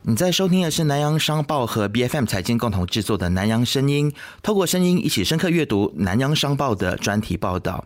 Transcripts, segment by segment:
你在收听的是南洋商报和 BFM 财经共同制作的南洋声音，透过声音一起深刻阅读南洋商报的专题报道。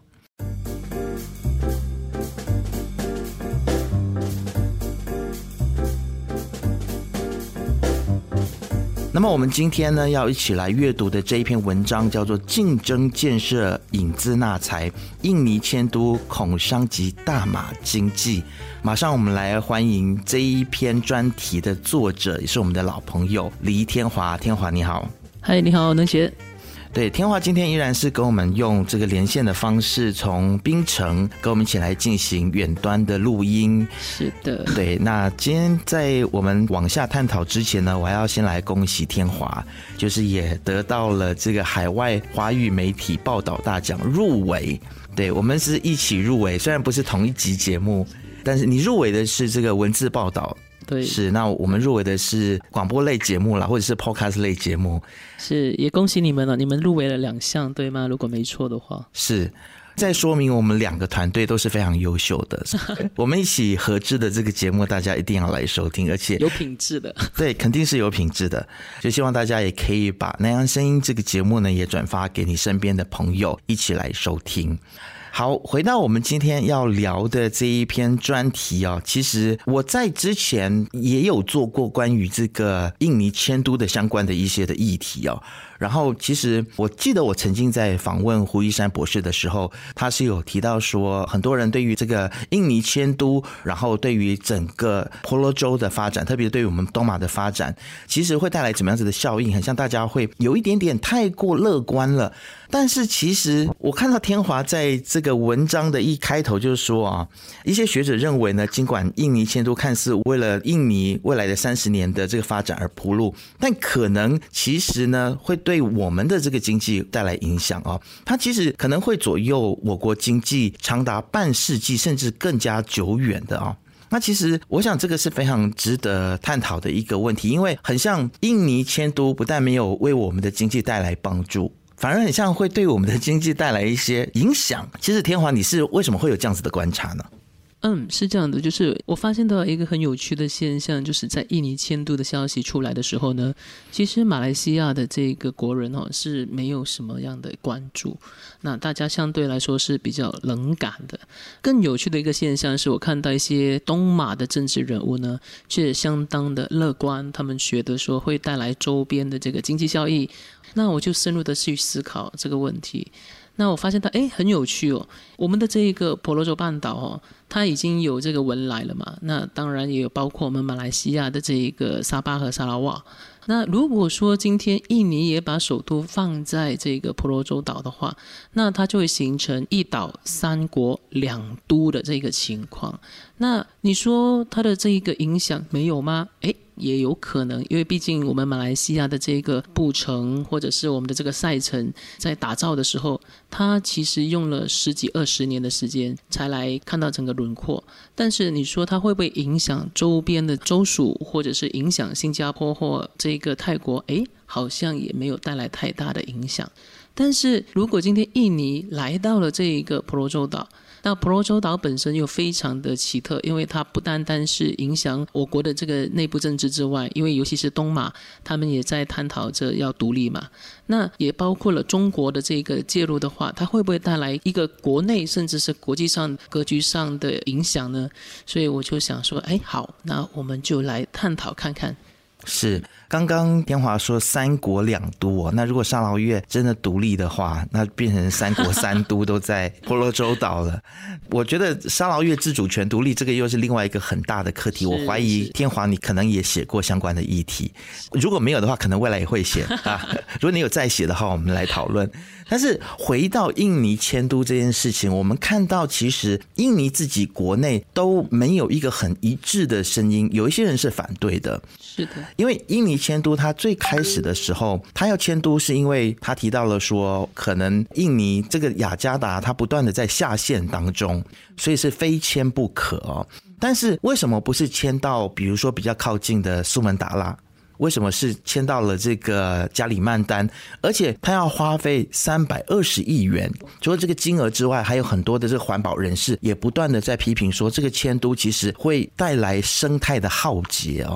那么我们今天呢，要一起来阅读的这一篇文章叫做《竞争建设引资纳财，印尼迁都恐伤及大马经济》。马上我们来欢迎这一篇专题的作者，也是我们的老朋友黎天华。天华你好。 嗨，你好，能杰。 对，天华今天依然是跟我们用这个连线的方式，从槟城跟我们一起来进行远端的录音。 是的， 对。那今天在我们往下探讨之前呢，我还要先来恭喜天华，就是也得到了这个海外华语媒体报道大奖入围。对，我们是一起入围，虽然不是同一集节目，但是你入围的是这个文字报道。 对， 是。那我们入围的是广播类节目啦，或者是 podcast 类节目。 是，也恭喜你们了，你们入围了2项，对吗？如果没错的话。 是。再说明我们2个团队都是非常优秀的，我们一起合制的这个节目，大家一定要来收听，而且有品质的。 对，肯定是有品质的。就希望大家也可以把南洋声音这个节目呢，也转发给你身边的朋友，一起来收听。好，回到我们今天要聊的这一篇专题哦，其实我在之前也有做过关于这个印尼迁都的相关的一些的议题哦。然后其实我记得我曾经在访问胡一山博士的时候，他是有提到说，很多人对于这个印尼迁都，然后对于整个婆罗洲的发展，特别对于我们东马的发展，其实会带来怎么样子的效应，很像大家会有一点点太过乐观了。但是其实我看到天华在这个文章的一开头就是说啊，一些学者认为呢，尽管印尼迁都看似为了印尼未来的30年的这个发展而铺路，但可能其实呢会对我们的这个经济带来影响哦。它其实可能会左右我国经济长达半世纪甚至更加久远的哦。那其实我想这个是非常值得探讨的一个问题，因为很像印尼迁都不但没有为我们的经济带来帮助，反而很像会对我们的经济带来一些影响。其实天华，你是为什么会有这样子的观察呢？ 是这样的，就是我发现到一个很有趣的现象，就是在印尼迁都的消息出来的时候呢，其实马来西亚的这个国人是没有什么样的关注，那大家相对来说是比较冷感的。更有趣的一个现象是，我看到一些东马的政治人物呢，却相当的乐观，他们觉得说会带来周边的这个经济效益。那我就深入的去思考这个问题。那我发现它很有趣哦，我们的这个婆罗洲半岛它已经有这个文莱了嘛，那当然也有包括我们马来西亚的这一个沙巴和沙拉瓦。那如果说今天印尼也把首都放在这个婆罗洲岛的话，那它就会形成一岛3国2都的这个情况。那你说它的这一个影响没有吗？也有可能，因为毕竟我们马来西亚的这个布城或者是我们的这个赛程在打造的时候，它其实用了10几20年的时间才来看到整个轮廓。但是你说它会不会影响周边的州属，或者是影响新加坡或这个泰国？好像也没有带来太大的影响。但是如果今天印尼来到了这一个婆罗洲岛，那婆罗洲岛本身又非常的奇特，因为它不单单是影响我国的这个内部政治之外，因为尤其是东马他们也在探讨着要独立嘛，那也包括了中国的这个介入的话，它会不会带来一个国内甚至是国际上格局上的影响呢？所以我就想说好，那我们就来探讨看看。 是，刚刚天华说3国2都那如果沙劳越真的独立的话，那变成3国3都都在婆罗洲岛了。我觉得沙劳越自主权独立这个又是另外一个很大的课题，我怀疑天华你可能也写过相关的议题，如果没有的话可能未来也会写如果你有再写的话我们来讨论。但是回到印尼迁都这件事情，我们看到其实印尼自己国内都没有一个很一致的声音，有一些人是反对的。 是的， 因为印尼迁都它最开始的时候，它要迁都是因为它提到了说可能印尼这个雅加达它不断的在下陷当中，所以是非迁不可但是为什么不是迁到比如说比较靠近的苏门答腊，为什么是迁到了这个加里曼丹，而且他要花费320亿元？除了这个金额之外，还有很多的这个环保人士也不断的在批评说，这个迁都其实会带来生态的浩劫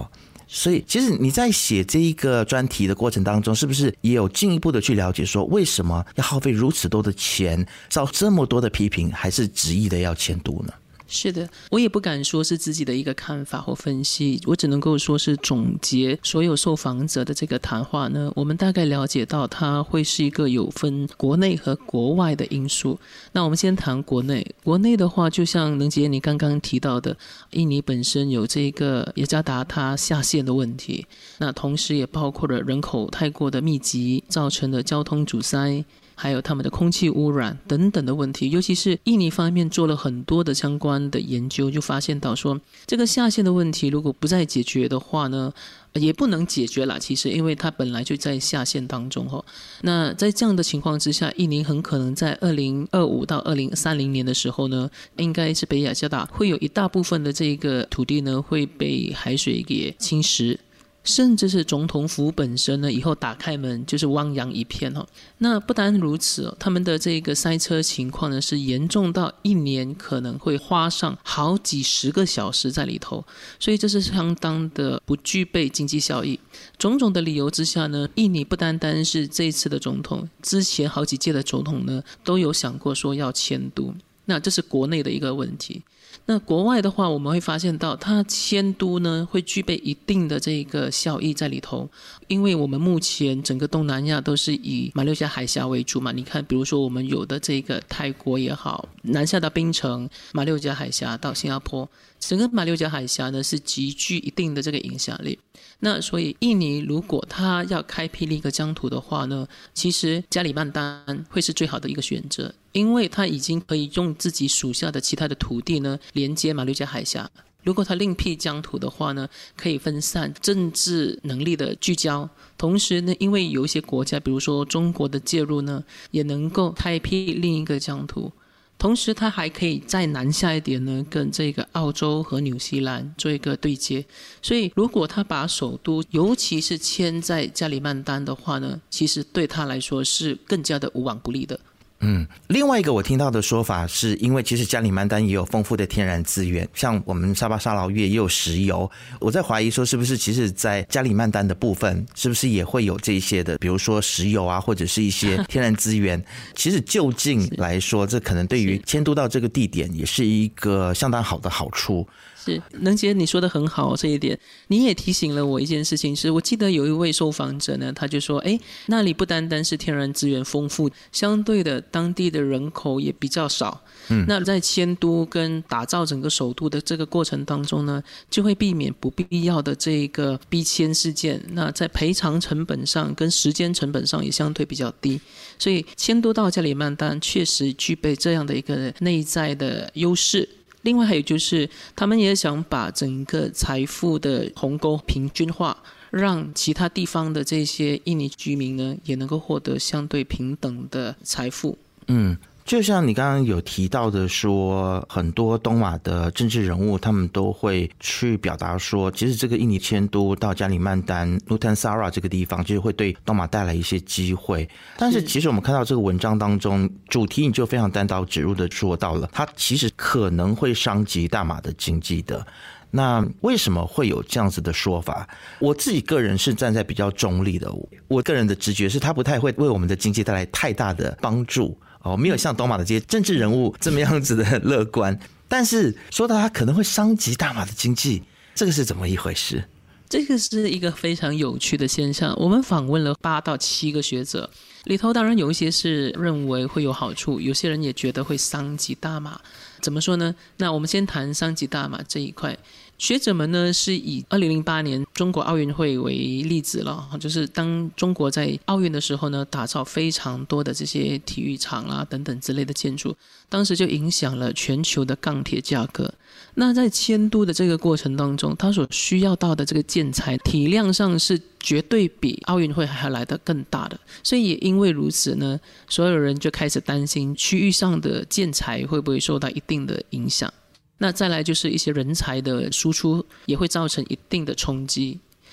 所以其实你在写这一个专题的过程当中，是不是也有进一步的去了解说为什么要耗费如此多的钱，遭这么多的批评，还是执意的要迁都呢？ 是的，我也不敢说是自己的一个看法或分析，我只能够说是总结所有受访者的这个谈话呢，我们大概了解到它会是一个有分国内和国外的因素。那我们先谈国内，国内的话就像能杰你刚刚提到的，印尼本身有这个雅加达它下陷的问题，那同时也包括了人口太过的密集造成的交通阻塞，还有他们的空气污染等等的问题。尤其是印尼方面做了很多的相关的研究，就发现到说这个下陷的问题如果不再解决的话呢，也不能解决啦，其实因为它本来就在下陷当中。那在这样的情况之下，印尼很可能在2025到2030年的时候呢，应该是北雅加达会有一大部分的这个土地呢会被海水给侵蚀，甚至是总统府本身呢，以后打开门就是汪洋一片。那不单如此，他们的这个塞车情况呢是严重到一年可能会花上好几十个小时在里头，所以这是相当的不具备经济效益。种种的理由之下呢，印尼不单单是这一次的总统，之前好几届的总统呢都有想过说要迁都，那这是国内的一个问题。那国外的话，我们会发现到它迁都呢会具备一定的这个效益在里头，因为我们目前整个东南亚都是以马六甲海峡为主嘛，你看比如说我们有的这个泰国也好，南下到槟城，马六甲海峡到新加坡，整个马六甲海峡呢是极具一定的这个影响力。那所以印尼如果它要开辟另一个疆土的话呢，其实加里曼丹会是最好的一个选择，因为它已经可以用自己属下的其他的土地呢连接马六甲海峡。如果它另辟疆土的话呢，可以分散政治能力的聚焦，同时呢，因为有一些国家比如说中国的介入呢，也能够开辟另一个疆土。同时它还可以再南下一点呢，跟这个澳洲和纽西兰做一个对接。所以如果他把首都尤其是迁在加里曼丹的话呢，其实对他来说是更加的无往不利的。 另外一个我听到的说法是，因为其实加里曼丹也有丰富的天然资源，像我们沙巴沙劳越也有石油。我在怀疑说，是不是其实在加里曼丹的部分，是不是也会有这些的，比如说石油啊，或者是一些天然资源。其实就近来说，这可能对于迁都到这个地点也是一个相当好的好处。 是，能杰你说的很好，这一点你也提醒了我一件事情，是我记得有一位受访者呢，他就说那里不单单是天然资源丰富，相对的当地的人口也比较少。那在迁都跟打造整个首都的这个过程当中呢，就会避免不必要的这个逼迁事件，那在赔偿成本上跟时间成本上也相对比较低，所以迁都到加里曼丹确实具备这样的一个内在的优势。另外还有就是他们也想把整个财富的鸿沟平均化，让其他地方的这些印尼居民呢也能够获得相对平等的财富。 就像你刚刚有提到的说，很多东马的政治人物他们都会去表达说，其实这个印尼迁都到加里曼丹 Nusantara 这个地方，就是会对东马带来一些机会。但是其实我们看到这个文章当中，主题你就非常单刀直入的说到了，它其实可能会伤及大马的经济的。那为什么会有这样子的说法？我自己个人是站在比较中立的，我个人的直觉是它不太会为我们的经济带来太大的帮助。没有像东马的这些政治人物这么样子的乐观，但是说到它可能会伤及大马的经济，这个是怎么一回事？ 这个是一个非常有趣的现象。我们访问了8到7个学者，里头当然有一些是认为会有好处，有些人也觉得会伤及大马。怎么说呢？那我们先谈伤及大马这一块。学者们呢是以2008年中国奥运会为例子了，就是当中国在奥运的时候呢，打造非常多的这些体育场啦等等之类的建筑，当时就影响了全球的钢铁价格。那在迁都的这个过程当中，它所需要到的这个建材体量上是绝对比奥运会还要来得更大的，所以也因为如此呢，所有人就开始担心区域上的建材会不会受到一定的影响。那再来就是一些人才的输出也会造成一定的冲击。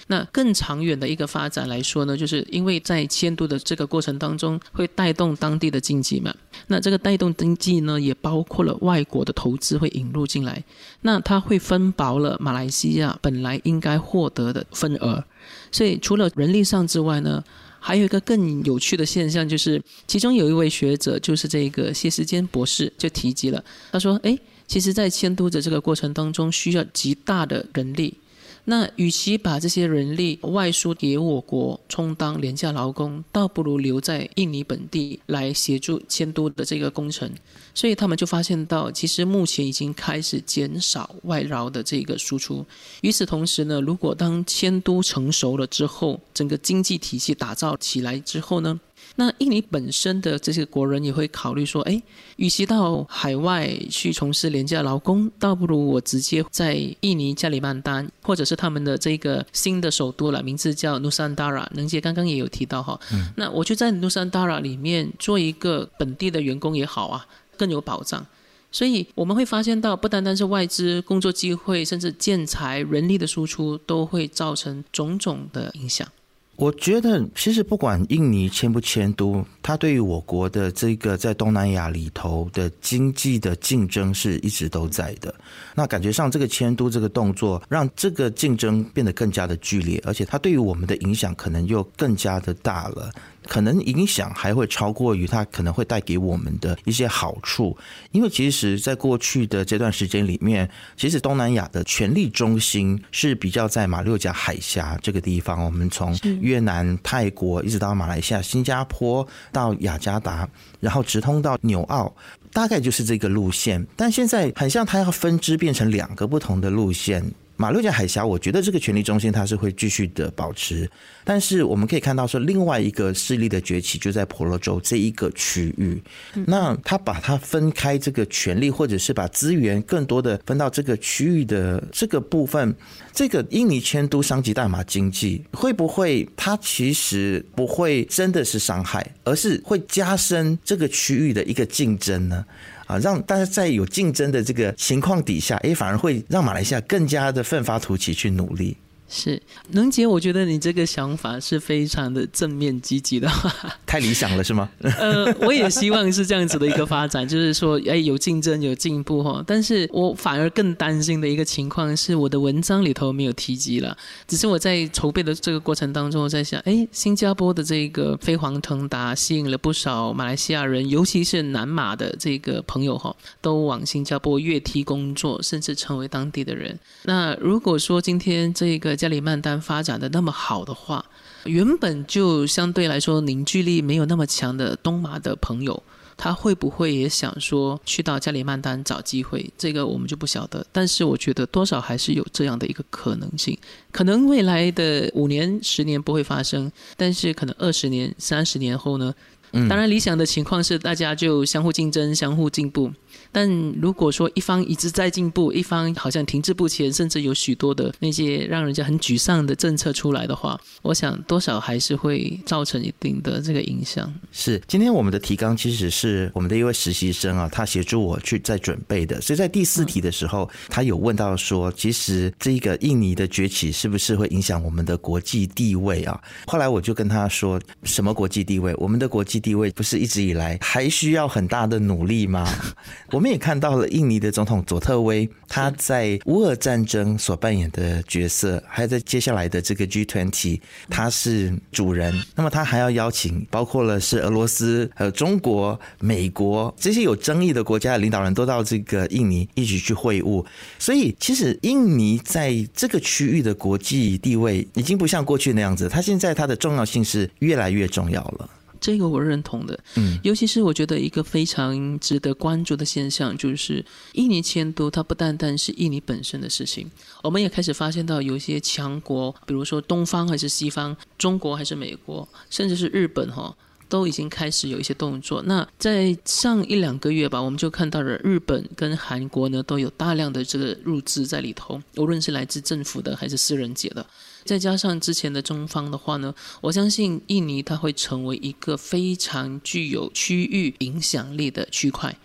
那更长远的一个发展来说呢，就是因为在迁都的这个过程当中会带动当地的经济嘛，那这个带动经济呢也包括了外国的投资会引入进来，那它会分薄了马来西亚本来应该获得的份额。所以除了人力上之外呢，还有一个更有趣的现象，就是其中有一位学者，就是这个谢时坚博士就提及了，他说其实在迁都的这个过程当中需要极大的人力，那与其把这些人力外输给我国充当廉价劳工，倒不如留在印尼本地来协助迁都的这个工程。所以他们就发现到，其实目前已经开始减少外劳的这个输出。与此同时呢，如果当迁都成熟了之后，整个经济体系打造起来之后呢，那印尼本身的这些国人也会考虑说，与其到海外去从事廉价劳工，倒不如我直接在印尼加里曼丹，或者是他们的这个新的首都了，名字叫努桑达拉，能姐刚刚也有提到哈，那我就在努桑达拉里面做一个本地的员工也好啊，更有保障。所以我们会发现到，不单单是外资工作机会，甚至建材人力的输出都会造成种种的影响。 我觉得其实不管印尼迁不迁都，它对于我国的这个在东南亚里头的经济的竞争是一直都在的。那感觉上这个迁都这个动作让这个竞争变得更加的剧烈，而且它对于我们的影响可能又更加的大了，可能影响还会超过于它可能会带给我们的一些好处。因为其实在过去的这段时间里面，其实东南亚的权力中心是比较在马六甲海峡这个地方，我们从越南、泰国一直到马来西亚、新加坡到雅加达，然后直通到纽澳，大概就是这个路线。但现在很像它要分支变成2个不同的路线。马六甲海峡我觉得这个权力中心它是会继续的保持，但是我们可以看到说另外一个势力的崛起就在婆罗洲这一个区域，那它把它分开这个权力，或者是把资源更多的分到这个区域的这个部分，这个印尼迁都伤及大马经济，会不会它其实不会真的是伤害，而是会加深这个区域的一个竞争呢？让大家在有竞争的这个情况底下，反而会让马来西亚更加的奋发图奇去努力。 是，能杰，我觉得你这个想法是非常的正面积极的。 太理想了是吗？ 我也希望是这样子的一个发展，就是说有竞争有进步哈。但是我反而更担心的一个情况是，我的文章里头没有提及了，只是我在筹备的这个过程当中，我在想，新加坡的这个飞黄腾达吸引了不少马来西亚人，尤其是南马的这个朋友哈，都往新加坡越梯工作，甚至成为当地的人。那如果说今天这个加里曼丹发展的那么好的话，原本就相对来说凝聚力没有那么强的东马的朋友，他会不会也想说去到加里曼丹找机会？这个我们就不晓得，但是我觉得多少还是有这样的一个可能性。可能未来的5年10年不会发生，但是可能20年30年后呢，当然理想的情况是大家就相互竞争相互进步，但如果说一方一直在进步，一方好像停滞不前，甚至有许多的那些让人家很沮丧的政策出来的话，我想多少还是会造成一定的这个影响。 是，今天我们的提纲其实是我们的一位实习生他协助我去在准备的，所以在第4题的时候，他有问到说，其实这个印尼的崛起是不是会影响我们的国际地位啊？后来我就跟他说，什么国际地位？我们的国际地位不是一直以来还需要很大的努力吗？我们也看到了印尼的总统佐特威，他在乌俄战争所扮演的角色，还有在接下来的这个 G20 他是主人，那么他还要邀请包括了是俄罗斯还有中国、美国这些有争议的国家的领导人都到这个印尼一起去会晤，所以其实印尼在这个区域的国际地位已经不像过去那样子，他现在他的重要性是越来越重要了。 这个我认同的，尤其是我觉得一个非常值得关注的现象，就是印尼迁都它不单单是印尼本身的事情，我们也开始发现到有一些强国，比如说东方还是西方，中国还是美国，甚至是日本都已经开始有一些动作。那在上1-2个月吧，我们就看到了日本跟韩国呢都有大量的这个入资在里头，无论是来自政府的还是私人界的。再加上之前的中方的话呢，我相信印尼它会成为一个非常具有区域影响力的区块。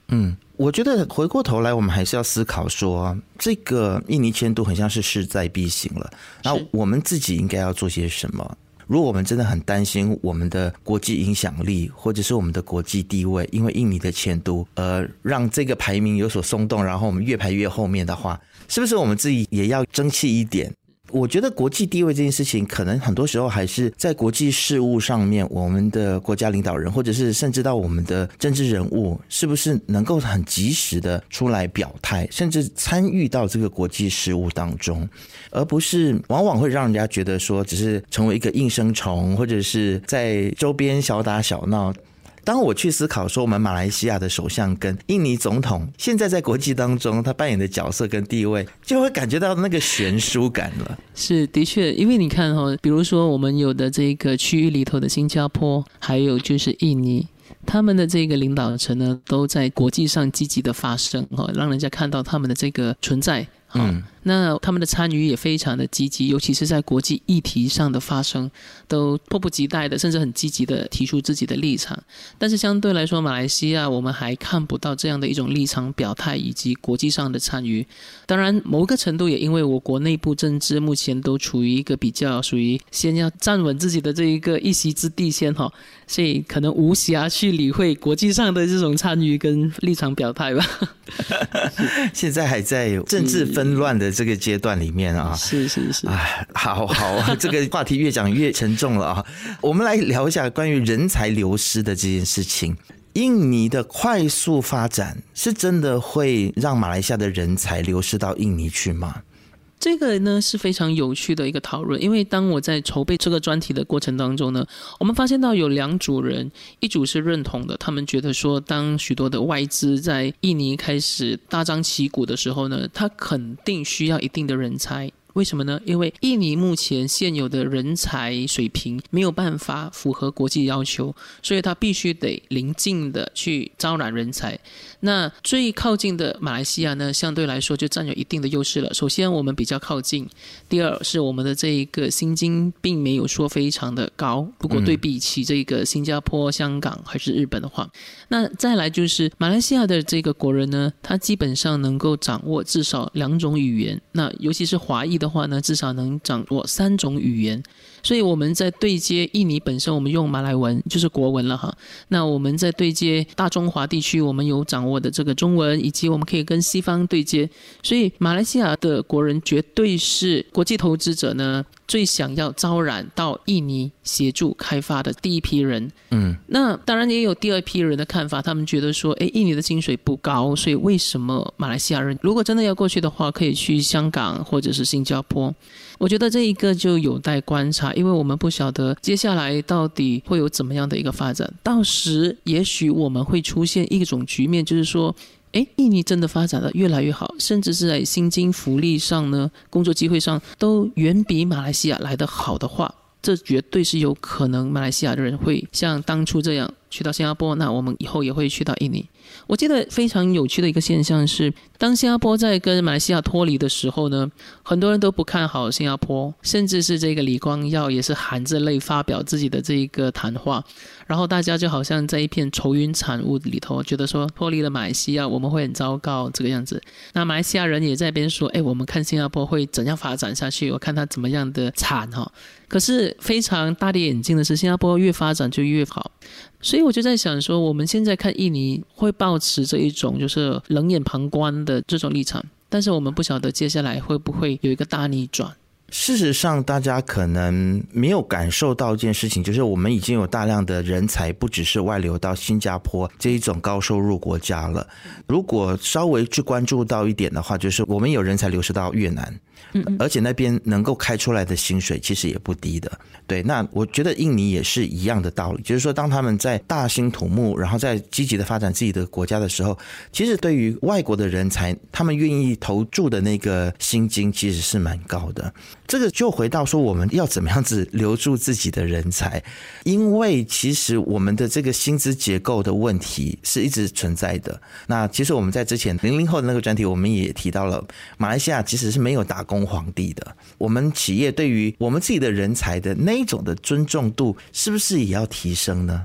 我觉得回过头来我们还是要思考说，这个印尼迁都很像是势在必行了，那我们自己应该要做些什么。如果我们真的很担心我们的国际影响力或者是我们的国际地位因为印尼的迁都而让这个排名有所松动，然后我们越排越后面的话，是不是我们自己也要争气一点。我觉得国际地位这件事情可能很多时候还是在国际事务上面，我们的国家领导人或者是甚至到我们的政治人物是不是能够很及时的出来表态，甚至参与到这个国际事务当中，而不是往往会让人家觉得说只是成为一个应声虫，或者是在周边小打小闹。当我去思考说我们马来西亚的首相跟印尼总统现在在国际当中他扮演的角色跟地位，就会感觉到那个悬殊感了。 是的确，因为你看比如说我们有的这个区域里头的新加坡还有就是印尼，他们的这个领导层呢都在国际上积极的发声，让人家看到他们的这个存在。那他们的参与也非常的积极，尤其是在国际议题上的发声都迫不及待的，甚至很积极的提出自己的立场。但是相对来说马来西亚我们还看不到这样的一种立场表态以及国际上的参与。当然某个程度也因为我国内部政治目前都处于一个比较属于先要站稳自己的这一个一席之地先，所以可能无暇去理会国际上的这种参与跟立场表态吧。 现在还在政治纷乱的这个阶段里面啊， 是好，这个话题越讲越沉重了啊。我们来聊一下关于人才流失的这件事情。印尼的快速发展是真的会让马来西亚的人才流失到印尼去吗？ 这个呢是非常有趣的一个讨论，因为当我在筹备这个专题的过程当中呢，我们发现到有两组人，一组是认同的，他们觉得说当许多的外资在印尼开始大张旗鼓的时候呢，他肯定需要一定的人才。为什么呢？因为印尼目前现有的人才水平没有办法符合国际要求，所以他必须得临近的去招揽人才。那最靠近的马来西亚呢，相对来说就占有一定的优势了。首先我们比较靠近，第二是我们的这一个薪金并没有说非常的高，如果对比起这个新加坡、香港还是日本的话，那再来就是马来西亚的这个国人呢，他基本上能够掌握至少2种语言，那尤其是华裔的话呢，至少能掌握3种语言。所以我们在对接印尼本身我们用马来文就是国文了哈，那我们在对接大中华地区我们有掌握的这个中文，以及我们可以跟西方对接，所以马来西亚的国人绝对是国际投资者呢最想要招揽到印尼协助开发的第一批人。那当然也有第二批人的看法，他们觉得说印尼的薪水不高，所以为什么马来西亚人如果真的要过去的话可以去香港或者是新加坡。我觉得这一个就有待观察，因为我们不晓得接下来到底会有怎么样的一个发展，到时也许我们会出现一种局面，就是说印尼真的发展得越来越好，甚至是在薪金福利上呢，工作机会上都远比马来西亚来得好的话，这绝对是有可能马来西亚的人会像当初这样去到新加坡，那我们以后也会去到印尼。我记得非常有趣的一个现象是，当新加坡在跟马来西亚脱离的时候呢，很多人都不看好新加坡，甚至是这个李光耀也是含着泪发表自己的这一个谈话，然后大家就好像在一片愁云惨雾里头，觉得说脱离了马来西亚我们会很糟糕这个样子。那马来西亚人也在那边说我们看新加坡会怎样发展下去，我看他怎么样的惨可是非常大跌眼镜的是，新加坡越发展就越好。所以我就在想说，我们现在看印尼会抱持着一种就是冷眼旁观的这种立场，但是我们不晓得接下来会不会有一个大逆转。 事实上大家可能没有感受到一件事情，就是我们已经有大量的人才不只是外流到新加坡这一种高收入国家了。如果稍微去关注到一点的话，就是我们有人才流失到越南，而且那边能够开出来的薪水其实也不低的。对，那我觉得印尼也是一样的道理，就是说当他们在大兴土木，然后在积极的发展自己的国家的时候，其实对于外国的人才，他们愿意投注的那个薪金其实是蛮高的。这个就回到说我们要怎么样子留住自己的人才，因为其实我们的这个薪资结构的问题是一直存在的。那其实我们在之前00后的那个专题我们也提到了，马来西亚其实是没有打工皇帝的，我们企业对于我们自己的人才的那一种的尊重度是不是也要提升呢？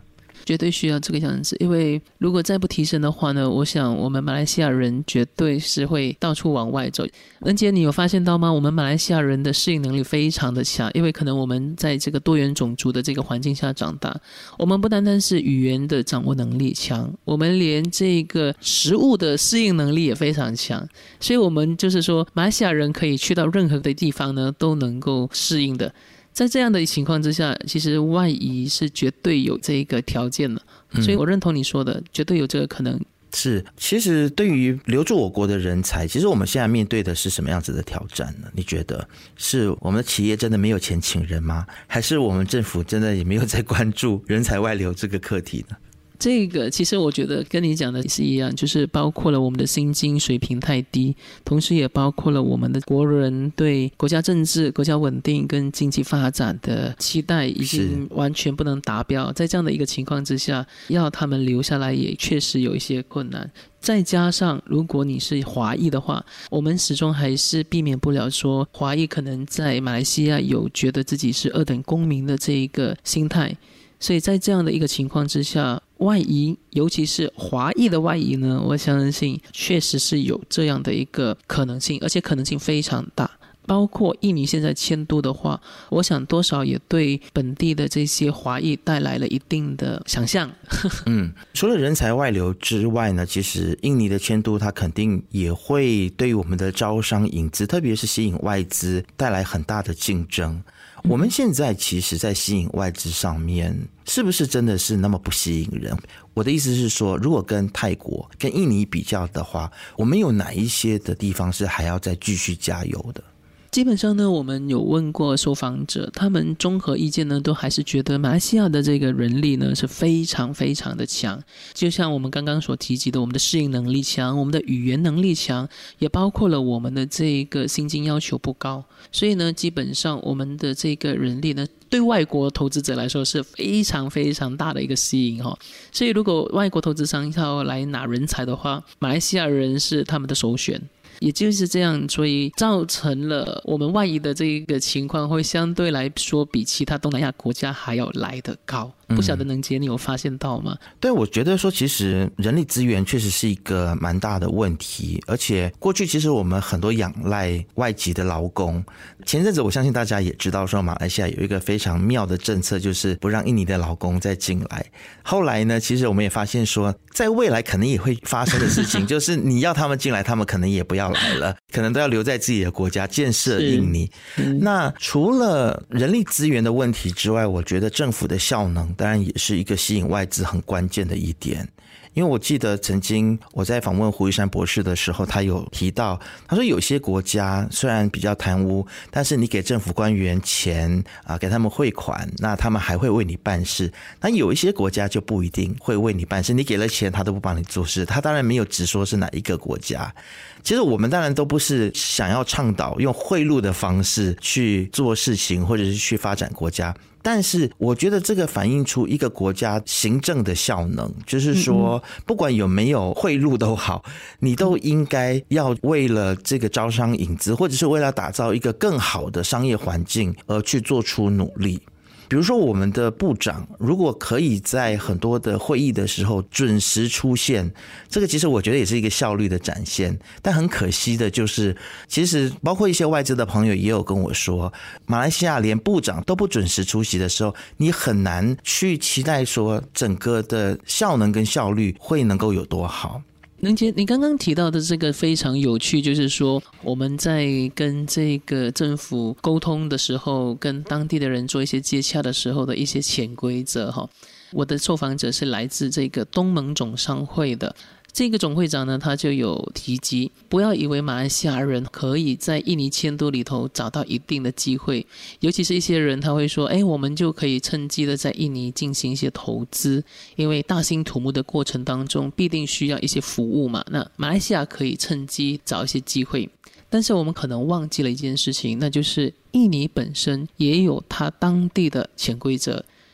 绝对需要这个样子，因为如果再不提升的话呢，我想我们马来西亚人绝对是会到处往外走。恩杰，你有发现到吗？我们马来西亚人的适应能力非常的强，因为可能我们在这个多元种族的这个环境下长大，我们不单单是语言的掌握能力强，我们连这个食物的适应能力也非常强，所以我们就是说马来西亚人可以去到任何的地方呢都能够适应的。在这样的情况之下，其实外移是绝对有这个条件的，所以我认同你说的，绝对有这个可能。 是，其实对于留住我国的人才，其实我们现在面对的是什么样子的挑战呢？你觉得是我们的企业真的没有钱请人吗？还是我们政府真的也没有在关注人才外流这个课题呢？ 这个其实我觉得跟你讲的是一样，就是包括了我们的薪金水平太低，同时也包括了我们的国人对国家政治、国家稳定跟经济发展的期待已经完全不能达标。在这样的一个情况之下，要他们留下来也确实有一些困难。再加上如果你是华裔的话，我们始终还是避免不了说华裔可能在马来西亚有觉得自己是二等公民的这一个心态，所以在这样的一个情况之下，外移尤其是华裔的外移呢，我相信确实是有这样的一个可能性，而且可能性非常大。包括印尼现在迁都的话，我想多少也对本地的这些华裔带来了一定的想象。 除了人才外流之外呢，其实印尼的迁都它肯定也会对于我们的招商引资，特别是吸引外资带来很大的竞争。我们现在其实在吸引外资上面是不是真的是那么不吸引人？我的意思是说，如果跟泰国跟印尼比较的话，我们有哪一些的地方是还要再继续加油的？ 基本上呢，我们有问过受访者，他们综合意见呢，都还是觉得马来西亚的这个人力呢是非常非常的强。就像我们刚刚所提及的，我们的适应能力强，我们的语言能力强，也包括了我们的这个薪金要求不高。所以呢，基本上我们的这个人力呢，对外国投资者来说是非常非常大的一个吸引。所以如果外国投资商要来拿人才的话，马来西亚人是他们的首选。也就是这样，所以造成了我们外移的这个情况会相对来说比其他东南亚国家还要来得高。不晓得能杰你有发现到吗？ 对，我觉得说其实人力资源确实是一个蛮大的问题，而且过去其实我们很多仰赖外籍的劳工。前阵子我相信大家也知道说马来西亚有一个非常妙的政策，就是不让印尼的劳工再进来。后来呢，其实我们也发现说在未来可能也会发生的事情就是你要他们进来，他们可能也不要来了，可能都要留在自己的国家建设印尼。那除了人力资源的问题之外，我觉得政府的效能当然也是一个吸引外资很关键的一点。因为我记得曾经我在访问胡玉山博士的时候，他有提到，他说有些国家虽然比较贪污，但是你给政府官员钱给他们汇款，那他们还会为你办事。那有一些国家就不一定会为你办事，你给了钱他都不帮你做事。他当然没有直说是哪一个国家。其实我们当然都不是想要倡导用贿赂的方式去做事情，或者是去发展国家。但是我觉得这个反映出一个国家行政的效能，就是说不管有没有贿赂都好，你都应该要为了这个招商引资，或者是为了打造一个更好的商业环境而去做出努力。比如说我们的部长如果可以在很多的会议的时候准时出现，这个其实我觉得也是一个效率的展现。但很可惜的就是其实包括一些外资的朋友也有跟我说，马来西亚连部长都不准时出席的时候，你很难去期待说整个的效能跟效率会能够有多好。 能杰，你刚刚提到的这个非常有趣，就是说我们在跟这个政府沟通的时候，跟当地的人做一些接洽的时候的一些潜规则。我的受访者是来自这个东盟总商会的。这个总会长呢，他就有提及，不要以为马来西亚人可以在印尼迁都里头找到一定的机会，尤其是一些人他会说，我们就可以趁机的在印尼进行一些投资，因为大兴土木的过程当中必定需要一些服务嘛，那马来西亚可以趁机找一些机会。但是我们可能忘记了一件事情，那就是印尼本身也有它当地的潜规则。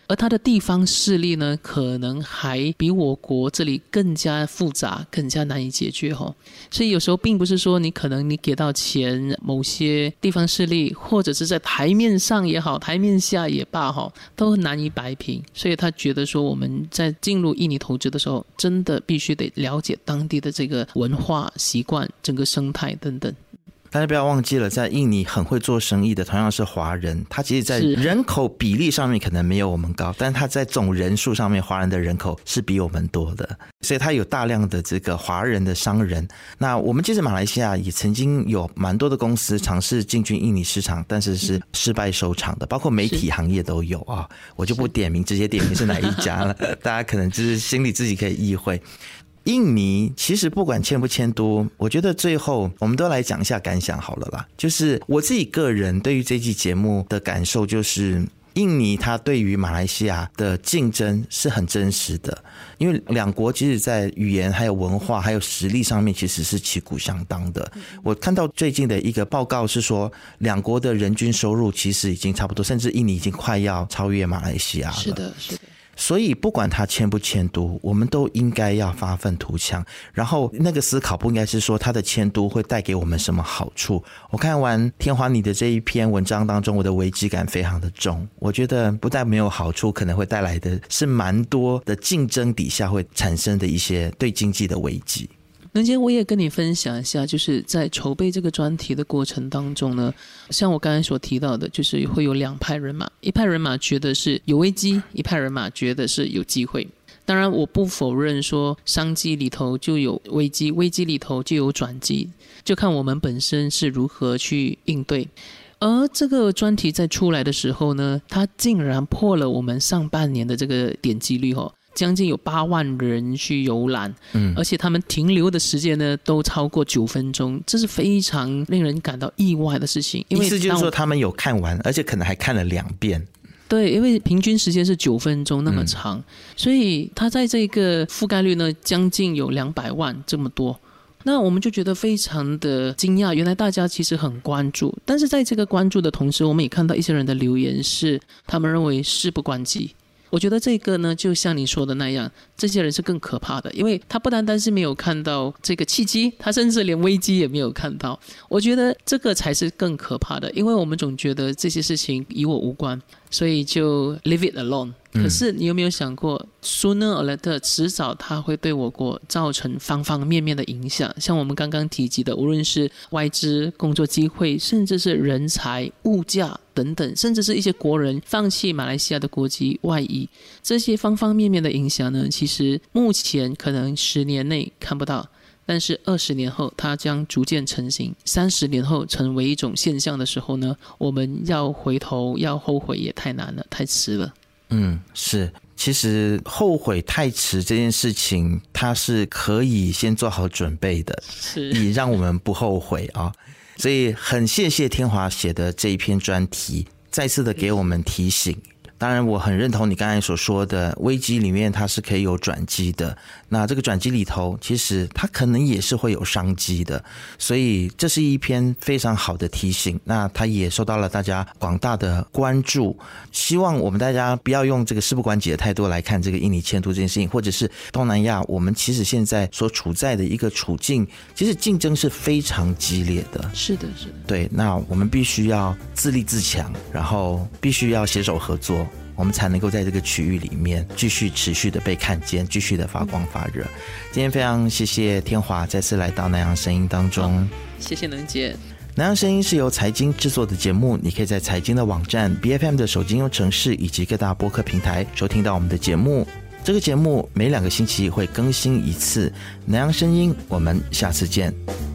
而它的地方势力呢，可能还比我国这里更加复杂，更加难以解决哦。所以有时候并不是说你可能你给到钱，某些地方势力或者是在台面上也好，台面下也罢都很难以摆平。所以他觉得说我们在进入印尼投资的时候，真的必须得了解当地的这个文化习惯、整个生态等等。 大家不要忘记了，在印尼很会做生意的同样是华人，他其实在人口比例上面可能没有我们高，但他在总人数上面华人的人口是比我们多的，所以他有大量的这个华人的商人。那我们其实马来西亚也曾经有蛮多的公司尝试进军印尼市场，但是是失败收场的，包括媒体行业都有啊，我就不点名直接点名是哪一家了，大家可能就是心里自己可以意会。印尼其实不管迁不迁都，我觉得最后我们都来讲一下感想好了啦。就是我自己个人对于这期节目的感受，就是印尼它对于马来西亚的竞争是很真实的，因为两国其实在语言还有文化还有实力上面其实是旗鼓相当的。我看到最近的一个报告是说，两国的人均收入其实已经差不多，甚至印尼已经快要超越马来西亚了。 是的，是的。 所以不管他迁不迁都，我们都应该要发愤图强，然后那个思考不应该是说他的迁都会带给我们什么好处。我看完天华你的这一篇文章当中，我的危机感非常的重，我觉得不但没有好处，可能会带来的是蛮多的竞争底下会产生的一些对经济的危机。 能杰，我也跟你分享一下，就是在筹备这个专题的过程当中呢，像我刚才所提到的，就是会有两派人马，一派人马觉得是有危机，一派人马觉得是有机会。当然我不否认说商机里头就有危机，危机里头就有转机，就看我们本身是如何去应对。而这个专题在出来的时候呢，它竟然破了我们上半年的这个点击率将近有8万人去游览，而且他们停留的时间呢都超过9分钟，这是非常令人感到意外的事情。因为意思就是说他们有看完，而且可能还看了2遍。 对，因为平均时间是9分钟那么长，所以他在这个覆盖率呢将近有200万这么多。那我们就觉得非常的惊讶，原来大家其实很关注，但是在这个关注的同时，我们也看到一些人的留言是他们认为事不关己。我觉得这个呢，就像你说的那样，这些人是更可怕的，因为他不单单是没有看到这个契机，他甚至连危机也没有看到。我觉得这个才是更可怕的，因为我们总觉得这些事情与我无关，所以就 leave it alone。可是你有没有想过 sooner or later 迟早它会对我国造成方方面面的影响，像我们刚刚提及的，无论是外资、工作机会，甚至是人才、物价等等，甚至是一些国人放弃马来西亚的国籍外移，这些方方面面的影响呢，其实目前可能10年内看不到，但是20年后它将逐渐成型，30年后成为一种现象的时候呢，我们要回头要后悔也太难了，太迟了。 是，其实后悔太迟这件事情，它是可以先做好准备的，以让我们不后悔啊。所以很谢谢天华写的这一篇专题，再次的给我们提醒。当然我很认同你刚才所说的，危机里面它是可以有转机的，那这个转机里头其实它可能也是会有商机的，所以这是一篇非常好的提醒，那它也受到了大家广大的关注。希望我们大家不要用这个事不关己的态度来看这个印尼迁都这件事情，或者是东南亚我们其实现在所处在的一个处境，其实竞争是非常激烈的。 是的，是的。 对，那我们必须要自立自强，然后必须要携手合作，我们才能够在这个区域里面继续持续的被看见，继续的发光发热。今天非常谢谢天华再次来到南洋声音当中。 谢谢能杰。 南洋声音是由财经制作的节目，你可以在财经的网站 BFM 的手机应用程式以及各大播客平台收听到我们的节目。这个节目每2个星期会更新一次。南洋声音，我们下次见。